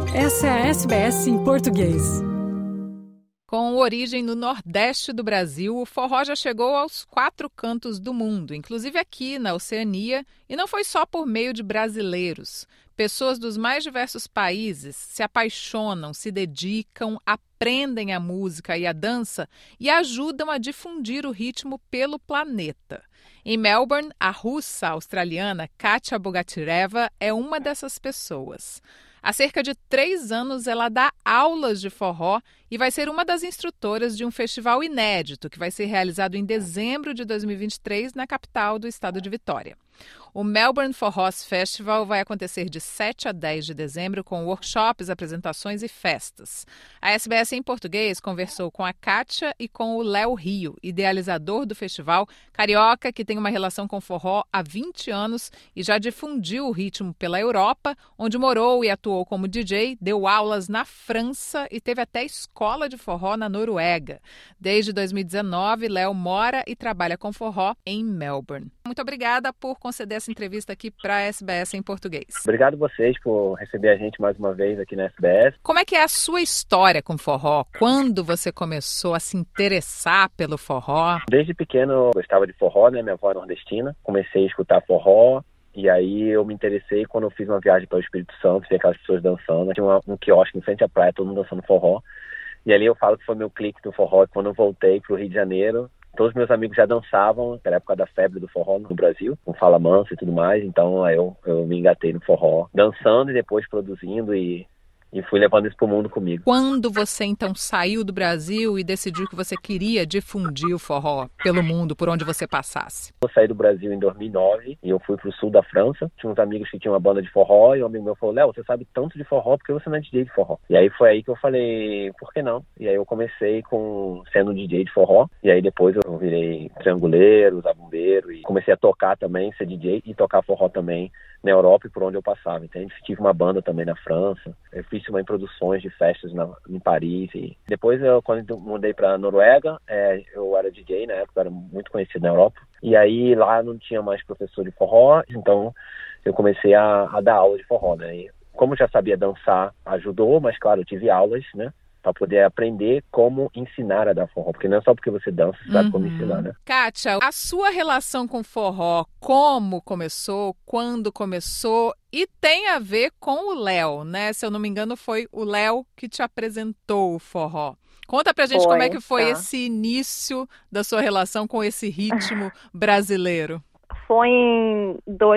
Essa é a SBS em português. Com origem no Nordeste do Brasil, o forró já chegou aos 4 cantos do mundo, inclusive aqui na Oceania, e não foi só por meio de brasileiros. Pessoas dos mais diversos países se apaixonam, se dedicam, aprendem a música e a dança e ajudam a difundir o ritmo pelo planeta. Em Melbourne, a russa australiana Katia Bogatireva é uma dessas pessoas. Há cerca de 3 anos, ela dá aulas de forró e vai ser uma das instrutoras de um festival inédito que vai ser realizado em dezembro de 2023 na capital do estado de Vitória. O Melbourne Forrós Festival vai acontecer de 7 a 10 de dezembro com workshops, apresentações e festas. A SBS em português conversou com a Katia e com o Léo Rio, idealizador do festival, carioca que tem uma relação com forró há 20 anos e já difundiu o ritmo pela Europa, onde morou e atuou como DJ, deu aulas na França e teve até escola de forró na Noruega. Desde 2019, Léo mora e trabalha com forró em Melbourne. Muito obrigada por conceder essa entrevista aqui para a SBS em português. Obrigado a vocês por receber a gente mais uma vez aqui na SBS. Como é que é a sua história com forró? Quando você começou a se interessar pelo forró? Desde pequeno eu gostava de forró, né? Minha avó é nordestina. Comecei a escutar forró. E aí eu me interessei quando eu fiz uma viagem para o Espírito Santo, vi aquelas pessoas dançando. Tinha um quiosque em frente à praia, todo mundo dançando forró. E ali eu falo que foi meu clique do forró. Quando eu voltei para o Rio de Janeiro, todos os meus amigos já dançavam, na época da febre do forró no Brasil, com Fala Mansa e tudo mais. Então aí eu me engatei no forró, dançando e depois produzindo e fui levando isso pro mundo comigo. Quando você então saiu do Brasil e decidiu que você queria difundir o forró pelo mundo, por onde você passasse? Eu saí do Brasil em 2009 e eu fui pro sul da França. Tinha uns amigos que tinham uma banda de forró e um amigo meu falou: Léo, você sabe tanto de forró, por que você não é DJ de forró? E aí foi aí que eu falei, por que não? E aí eu comecei sendo DJ de forró. E aí depois eu virei trianguleiro, zabumbeiro e comecei a tocar também, ser DJ e tocar forró também na Europa e por onde eu passava. Então, tive uma banda também na França. Eu fiz também produções de festas em Paris. E depois, quando eu mudei para Noruega, eu era DJ, na época, era muito conhecido na Europa. E aí, lá não tinha mais professor de forró, então eu comecei a dar aula de forró, né? E como eu já sabia dançar, ajudou, mas claro, eu tive aulas, né? Para poder aprender como ensinar a dar forró. Porque não é só porque você dança, você sabe como ensinar, né? Katia, a sua relação com forró, como começou, quando começou, e tem a ver com o Léo, né? Se eu não me engano, foi o Léo que te apresentou o forró. Conta pra gente como é que foi esse início da sua relação com esse ritmo brasileiro. Foi em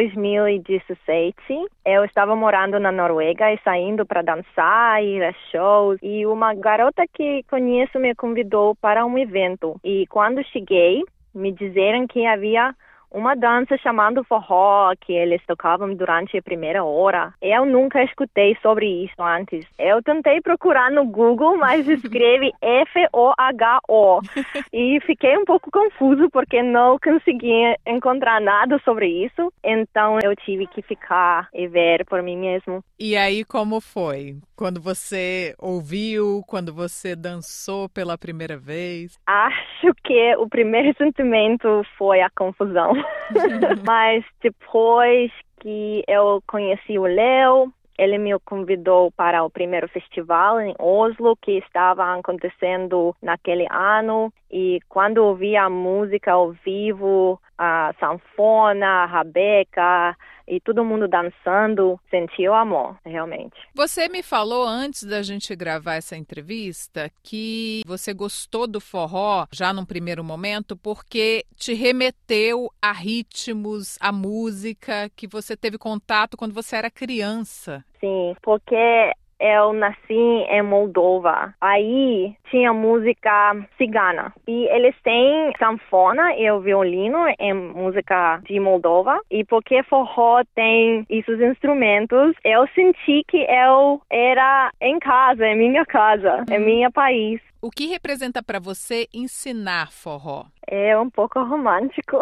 2017. Eu estava morando na Noruega e saindo para dançar, ir a shows. E uma garota que conheço me convidou para um evento. E quando cheguei, me disseram que havia uma dança chamada forró, que eles tocavam durante a primeira hora. Eu nunca escutei sobre isso antes. Eu tentei procurar no Google, mas escreve F-O-H-O. E fiquei um pouco confuso, porque não conseguia encontrar nada sobre isso. Então, eu tive que ficar e ver por mim mesmo. E aí, como foi? Quando você ouviu, quando você dançou pela primeira vez? Acho que o primeiro sentimento foi a confusão. Mas depois que eu conheci o Léo, ele me convidou para o primeiro festival em Oslo, que estava acontecendo naquele ano. E quando ouvi a música ao vivo, a sanfona, a rabeca e todo mundo dançando, senti o amor, realmente. Você me falou antes da gente gravar essa entrevista que você gostou do forró já num primeiro momento porque te remeteu a ritmos, a música que você teve contato quando você era criança. Sim, porque eu nasci em Moldova. Aí tinha música cigana. E eles têm sanfona e o violino em música de Moldova. E porque forró tem esses instrumentos, eu senti que eu era em casa, em minha casa, em meu país. O que representa para você ensinar forró? É um pouco romântico.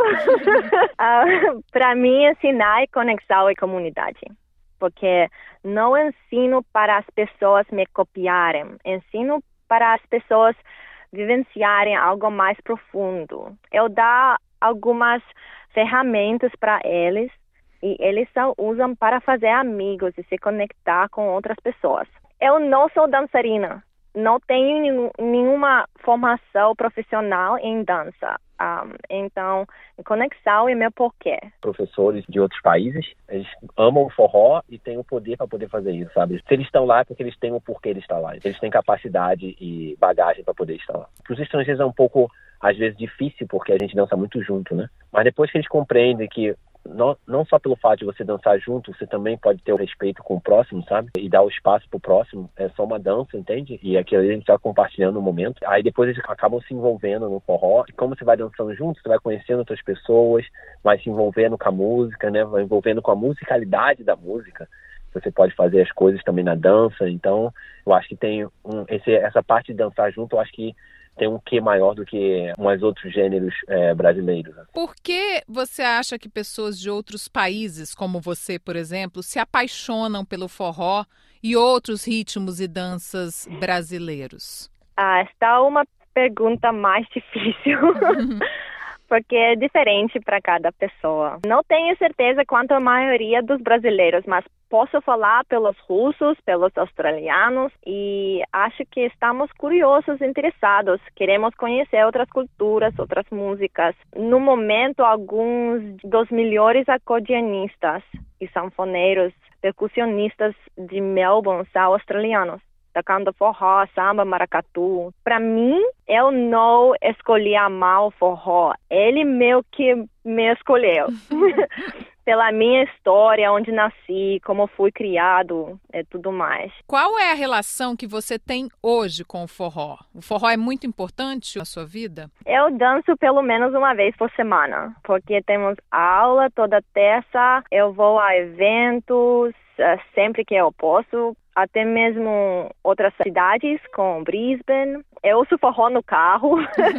Para mim, ensinar é conexão e comunidade. Porque não ensino para as pessoas me copiarem, ensino para as pessoas vivenciarem algo mais profundo. Eu dou algumas ferramentas para eles e eles só usam para fazer amigos e se conectar com outras pessoas. Eu não sou dançarina. Não tenho nenhuma formação profissional em dança. Então, conexão é meu porquê. Professores de outros países, eles amam o forró e têm o poder para poder fazer isso, sabe? Se eles estão lá é porque eles têm o porquê de estar lá. Eles têm capacidade e bagagem para poder estar lá. Para os estrangeiros é um pouco, às vezes, difícil porque a gente dança muito junto, né? Mas depois que eles compreendem que não só pelo fato de você dançar junto, você também pode ter o respeito com o próximo, sabe? E dar o espaço pro próximo. É só uma dança, entende? E aquilo ali a gente tá compartilhando no momento. Aí depois eles acabam se envolvendo no forró. E como você vai dançando junto, você vai conhecendo outras pessoas, vai se envolvendo com a música, né? Vai envolvendo com a musicalidade da música. Você pode fazer as coisas também na dança. Então, eu acho que tem essa parte de dançar junto, eu acho que tem um quê maior do que uns outros gêneros brasileiros. Por que você acha que pessoas de outros países, como você, por exemplo, se apaixonam pelo forró e outros ritmos e danças brasileiros? Está uma pergunta mais difícil. Porque é diferente para cada pessoa. Não tenho certeza quanto a maioria dos brasileiros, mas posso falar pelos russos, pelos australianos, e acho que estamos curiosos, interessados. Queremos conhecer outras culturas, outras músicas. No momento, alguns dos melhores acordeonistas e sanfoneiros, percussionistas de Melbourne são australianos, tocando forró, samba, maracatu. Para mim, eu não escolhi amar o forró. Ele meio que me escolheu. Pela minha história, onde nasci, como fui criado e tudo mais. Qual é a relação que você tem hoje com o forró? O forró é muito importante na sua vida? Eu danço pelo menos uma vez por semana, porque temos aula toda terça, eu vou a eventos sempre que eu posso, até mesmo outras cidades, como Brisbane. Eu uso forró no carro.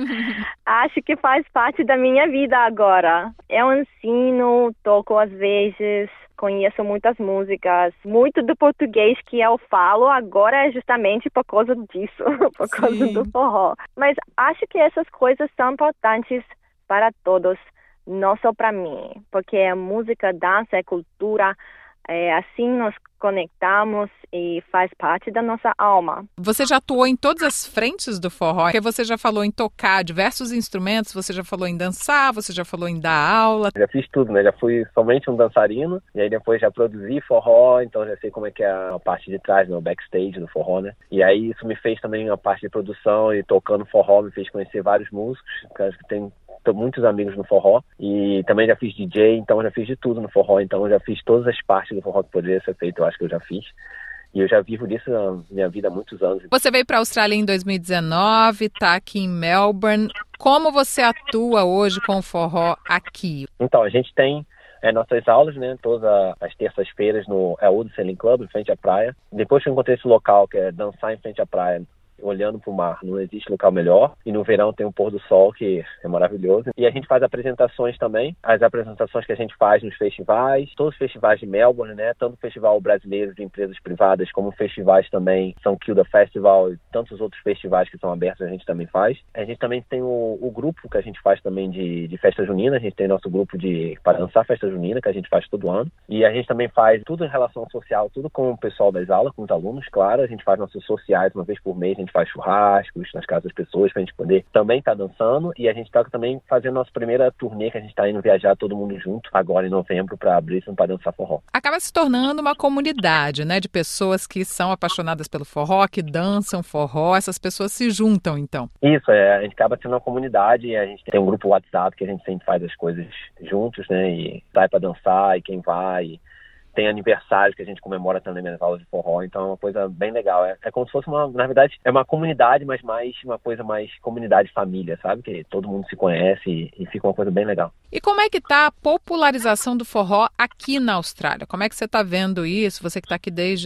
Acho que faz parte da minha vida agora. Eu ensino, toco às vezes, conheço muitas músicas. Muito do português que eu falo agora é justamente por causa disso, por causa do forró. Mas acho que essas coisas são importantes para todos, não só para mim, porque a música, dança, é cultura. Assim nos conectamos e faz parte da nossa alma. Você já atuou em todas as frentes do forró? Porque você já falou em tocar diversos instrumentos, você já falou em dançar, você já falou em dar aula. Já fiz tudo, né? Já fui somente um dançarino, e aí depois já produzi forró, então já sei como é que é a parte de trás, né? O backstage do forró, né? E aí isso me fez também a parte de produção e tocando forró, me fez conhecer vários músicos, que tem muitos amigos no forró, e também já fiz DJ, então já fiz de tudo no forró, então já fiz todas as partes do forró que poderia ser feito, eu acho que eu já fiz, e eu já vivo disso na minha vida há muitos anos. Você veio para a Austrália em 2019, está aqui em Melbourne. Como você atua hoje com o forró aqui? Então, a gente tem nossas aulas, né, todas as terças-feiras no Old Sailing Club, em frente à praia. Depois que eu encontrei esse local, que é dançar em frente à praia, olhando para o mar, não existe local melhor. E no verão tem o pôr do sol, que é maravilhoso. E a gente faz apresentações também, as apresentações que a gente faz nos festivais, todos os festivais de Melbourne, né? Tanto o Festival Brasileiro de Empresas Privadas, como festivais também, São Kilda Festival e tantos outros festivais que são abertos, a gente também faz. A gente também tem o grupo que a gente faz também de festa junina, a gente tem nosso grupo para dançar festa junina, que a gente faz todo ano. E a gente também faz tudo em relação social, tudo com o pessoal das aulas, com os alunos, claro. A gente faz nossos sociais uma vez por mês, a gente faz churrascos nas casas das pessoas pra gente poder também estar dançando, e a gente tá também fazendo nossa primeira turnê, que a gente tá indo viajar todo mundo junto agora em novembro pra Brisbane pra dançar forró. Acaba se tornando uma comunidade, né, de pessoas que são apaixonadas pelo forró, que dançam forró, essas pessoas se juntam então. Isso, a gente acaba sendo uma comunidade, e a gente tem um grupo WhatsApp que a gente sempre faz as coisas juntos, né, e sai pra dançar, e quem vai, tem aniversários que a gente comemora também nas aulas de forró, então é uma coisa bem legal. É como se fosse na verdade, é uma comunidade, mas mais uma coisa mais comunidade família, sabe? Que todo mundo se conhece e fica uma coisa bem legal. E como é que tá a popularização do forró aqui na Austrália? Como é que você está vendo isso? Você que está aqui desde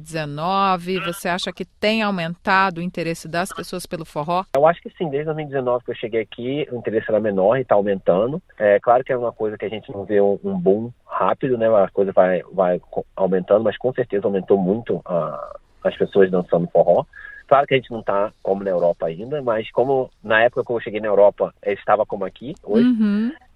2019, você acha que tem aumentado o interesse das pessoas pelo forró? Eu acho que sim, desde 2019 que eu cheguei aqui, o interesse era menor e está aumentando. É claro que é uma coisa que a gente não vê um boom rápido, né? A coisa vai aumentando, mas com certeza aumentou muito as pessoas dançando forró. Claro que a gente não está como na Europa ainda, mas como na época que eu cheguei na Europa, estava como aqui hoje.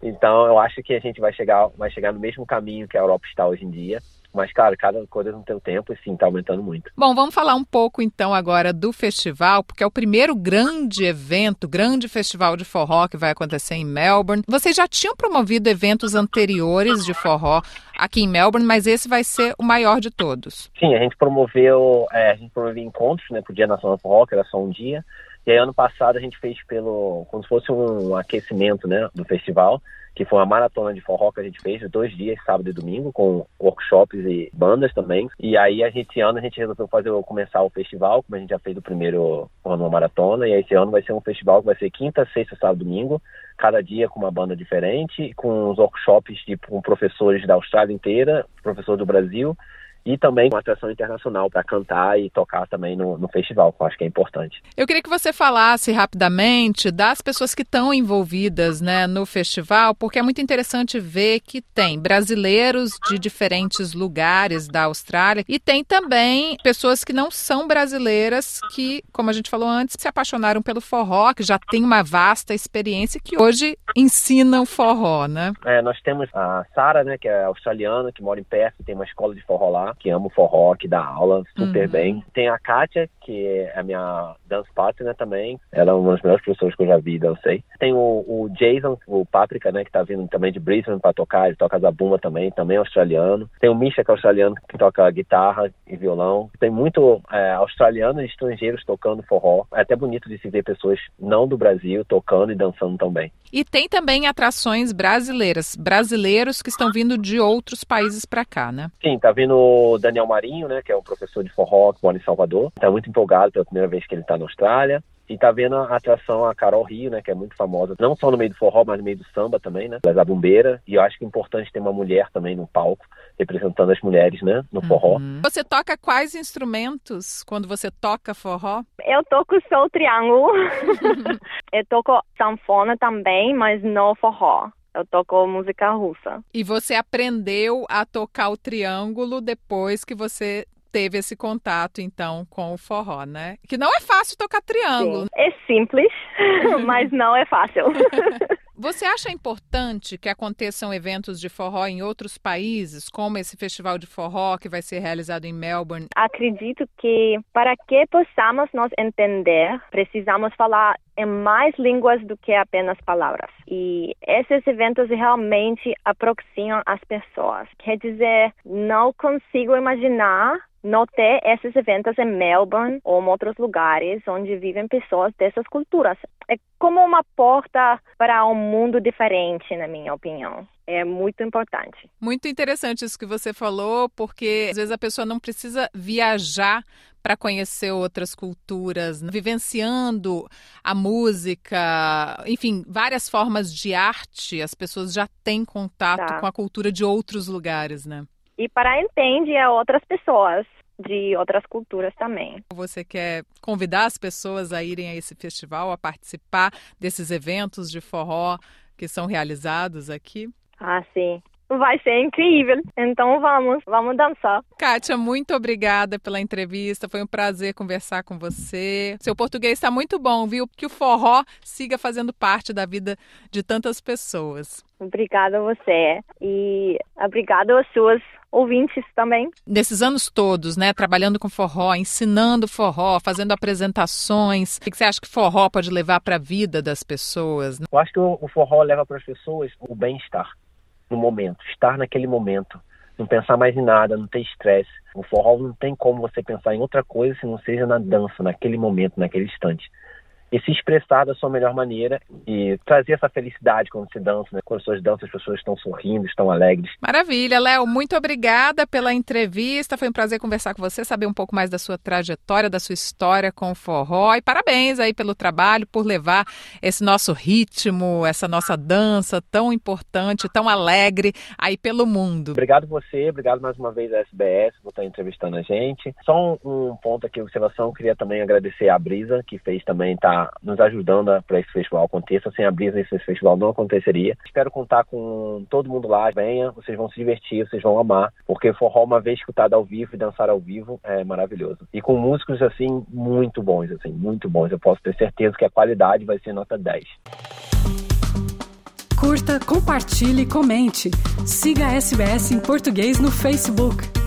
Então, eu acho que a gente vai chegar no mesmo caminho que a Europa está hoje em dia. Mas, claro, cada coisa no seu tempo e sim, está aumentando muito. Bom, vamos falar um pouco então agora do festival, porque é o primeiro grande evento, grande festival de forró que vai acontecer em Melbourne. Vocês já tinham promovido eventos anteriores de forró aqui em Melbourne, mas esse vai ser o maior de todos. Sim, a gente promoveu encontros, né, pro Dia Nacional do Forró, que era só um dia. E aí, ano passado, a gente fez como se fosse um aquecimento, né, do festival, que foi uma maratona de forró que a gente fez, 2 dias, sábado e domingo, com workshops e bandas também. E aí, esse ano, a gente resolveu começar o festival, como a gente já fez o primeiro ano, uma maratona. E aí, esse ano vai ser um festival que vai ser quinta, sexta, sábado e domingo, cada dia com uma banda diferente, com os workshops com professores da Austrália inteira, professor do Brasil, e também uma atração internacional para cantar e tocar também no festival, que eu acho que é importante. Eu queria que você falasse rapidamente das pessoas que estão envolvidas, né, no festival, porque é muito interessante ver que tem brasileiros de diferentes lugares da Austrália e tem também pessoas que não são brasileiras que, como a gente falou antes, se apaixonaram pelo forró, que já tem uma vasta experiência que hoje ensinam forró, né? Nós temos a Sara, né, que é australiana, que mora em Perth, tem uma escola de forró lá, que ama o forró, que dá aula super bem. Tem a Kátia, que é a minha dance partner também. Ela é uma das melhores professoras que eu já vi, eu sei. Tem o Jason, o Páprica, né, que tá vindo também de Brisbane para tocar. Ele toca zabumba também é australiano. Tem o Misha, que é australiano, que toca guitarra e violão. Tem muito australianos e estrangeiros tocando forró. É até bonito de se ver pessoas não do Brasil tocando e dançando também. E tem também atrações brasileiros que estão vindo de outros países para cá, né? Sim, tá vindo o Daniel Marinho, né, que é um professor de forró que mora em Salvador. Tá muito empolgado pela primeira vez que ele tá na Austrália. E tá vendo a atração a Carol Rio, né, que é muito famosa, não só no meio do forró, mas no meio do samba também, né, da zabumbeira. E eu acho que é importante ter uma mulher também no palco, representando as mulheres, né, no forró. Você toca quais instrumentos quando você toca forró? Eu toco só o triângulo. Eu toco sanfona também, mas não forró. Eu toco música russa. E você aprendeu a tocar o triângulo depois que você teve esse contato, então, com o forró, né? Que não é fácil tocar triângulo. Sim. É simples, mas não é fácil. Você acha importante que aconteçam eventos de forró em outros países, como esse festival de forró que vai ser realizado em Melbourne? Acredito que para que possamos nos entender, precisamos falar em mais línguas do que apenas palavras. E esses eventos realmente aproximam as pessoas. Quer dizer, não consigo imaginar não ter esses eventos em Melbourne ou em outros lugares onde vivem pessoas dessas culturas. É como uma porta para um mundo diferente, na minha opinião. É muito importante. Muito interessante isso que você falou, porque às vezes a pessoa não precisa viajar para conhecer outras culturas, vivenciando a música, enfim, várias formas de arte, as pessoas já têm contato com a cultura de outros lugares, né? E para entender outras pessoas de outras culturas também. Você quer convidar as pessoas a irem a esse festival, a participar desses eventos de forró que são realizados aqui? Ah, sim. Vai ser incrível. Então vamos dançar. Kátia, muito obrigada pela entrevista. Foi um prazer conversar com você. Seu português está muito bom, viu? Que o forró siga fazendo parte da vida de tantas pessoas. Obrigada a você. E obrigada aos seus ouvintes também. Nesses anos todos, né, trabalhando com forró, ensinando forró, fazendo apresentações, o que você acha que forró pode levar para a vida das pessoas? Eu acho que o forró leva para as pessoas o bem-estar no momento, estar naquele momento, não pensar mais em nada, não ter estresse. O forró não tem como você pensar em outra coisa se não seja na dança, naquele momento, naquele instante. E se expressar da sua melhor maneira e trazer essa felicidade quando se dança, né? Quando as pessoas dançam, as pessoas estão sorrindo, estão alegres. Maravilha, Léo, muito obrigada pela entrevista, foi um prazer conversar com você, saber um pouco mais da sua trajetória, da sua história com o forró, e parabéns aí pelo trabalho, por levar esse nosso ritmo, essa nossa dança tão importante, tão alegre aí pelo mundo. Obrigado você, obrigado mais uma vez à SBS por estar entrevistando a gente. Só um ponto aqui, observação, queria também agradecer a Brisa, que fez também, nos ajudando para esse festival aconteça. Sem a Brisa, esse festival não aconteceria. Espero contar com todo mundo lá. Venha, vocês vão se divertir, vocês vão amar, porque forró, uma vez escutado ao vivo e dançar ao vivo, é maravilhoso. E com músicos, assim, muito bons, assim, muito bons. Eu posso ter certeza que a qualidade vai ser nota 10. Curta, compartilhe, comente. Siga a SBS em português no Facebook.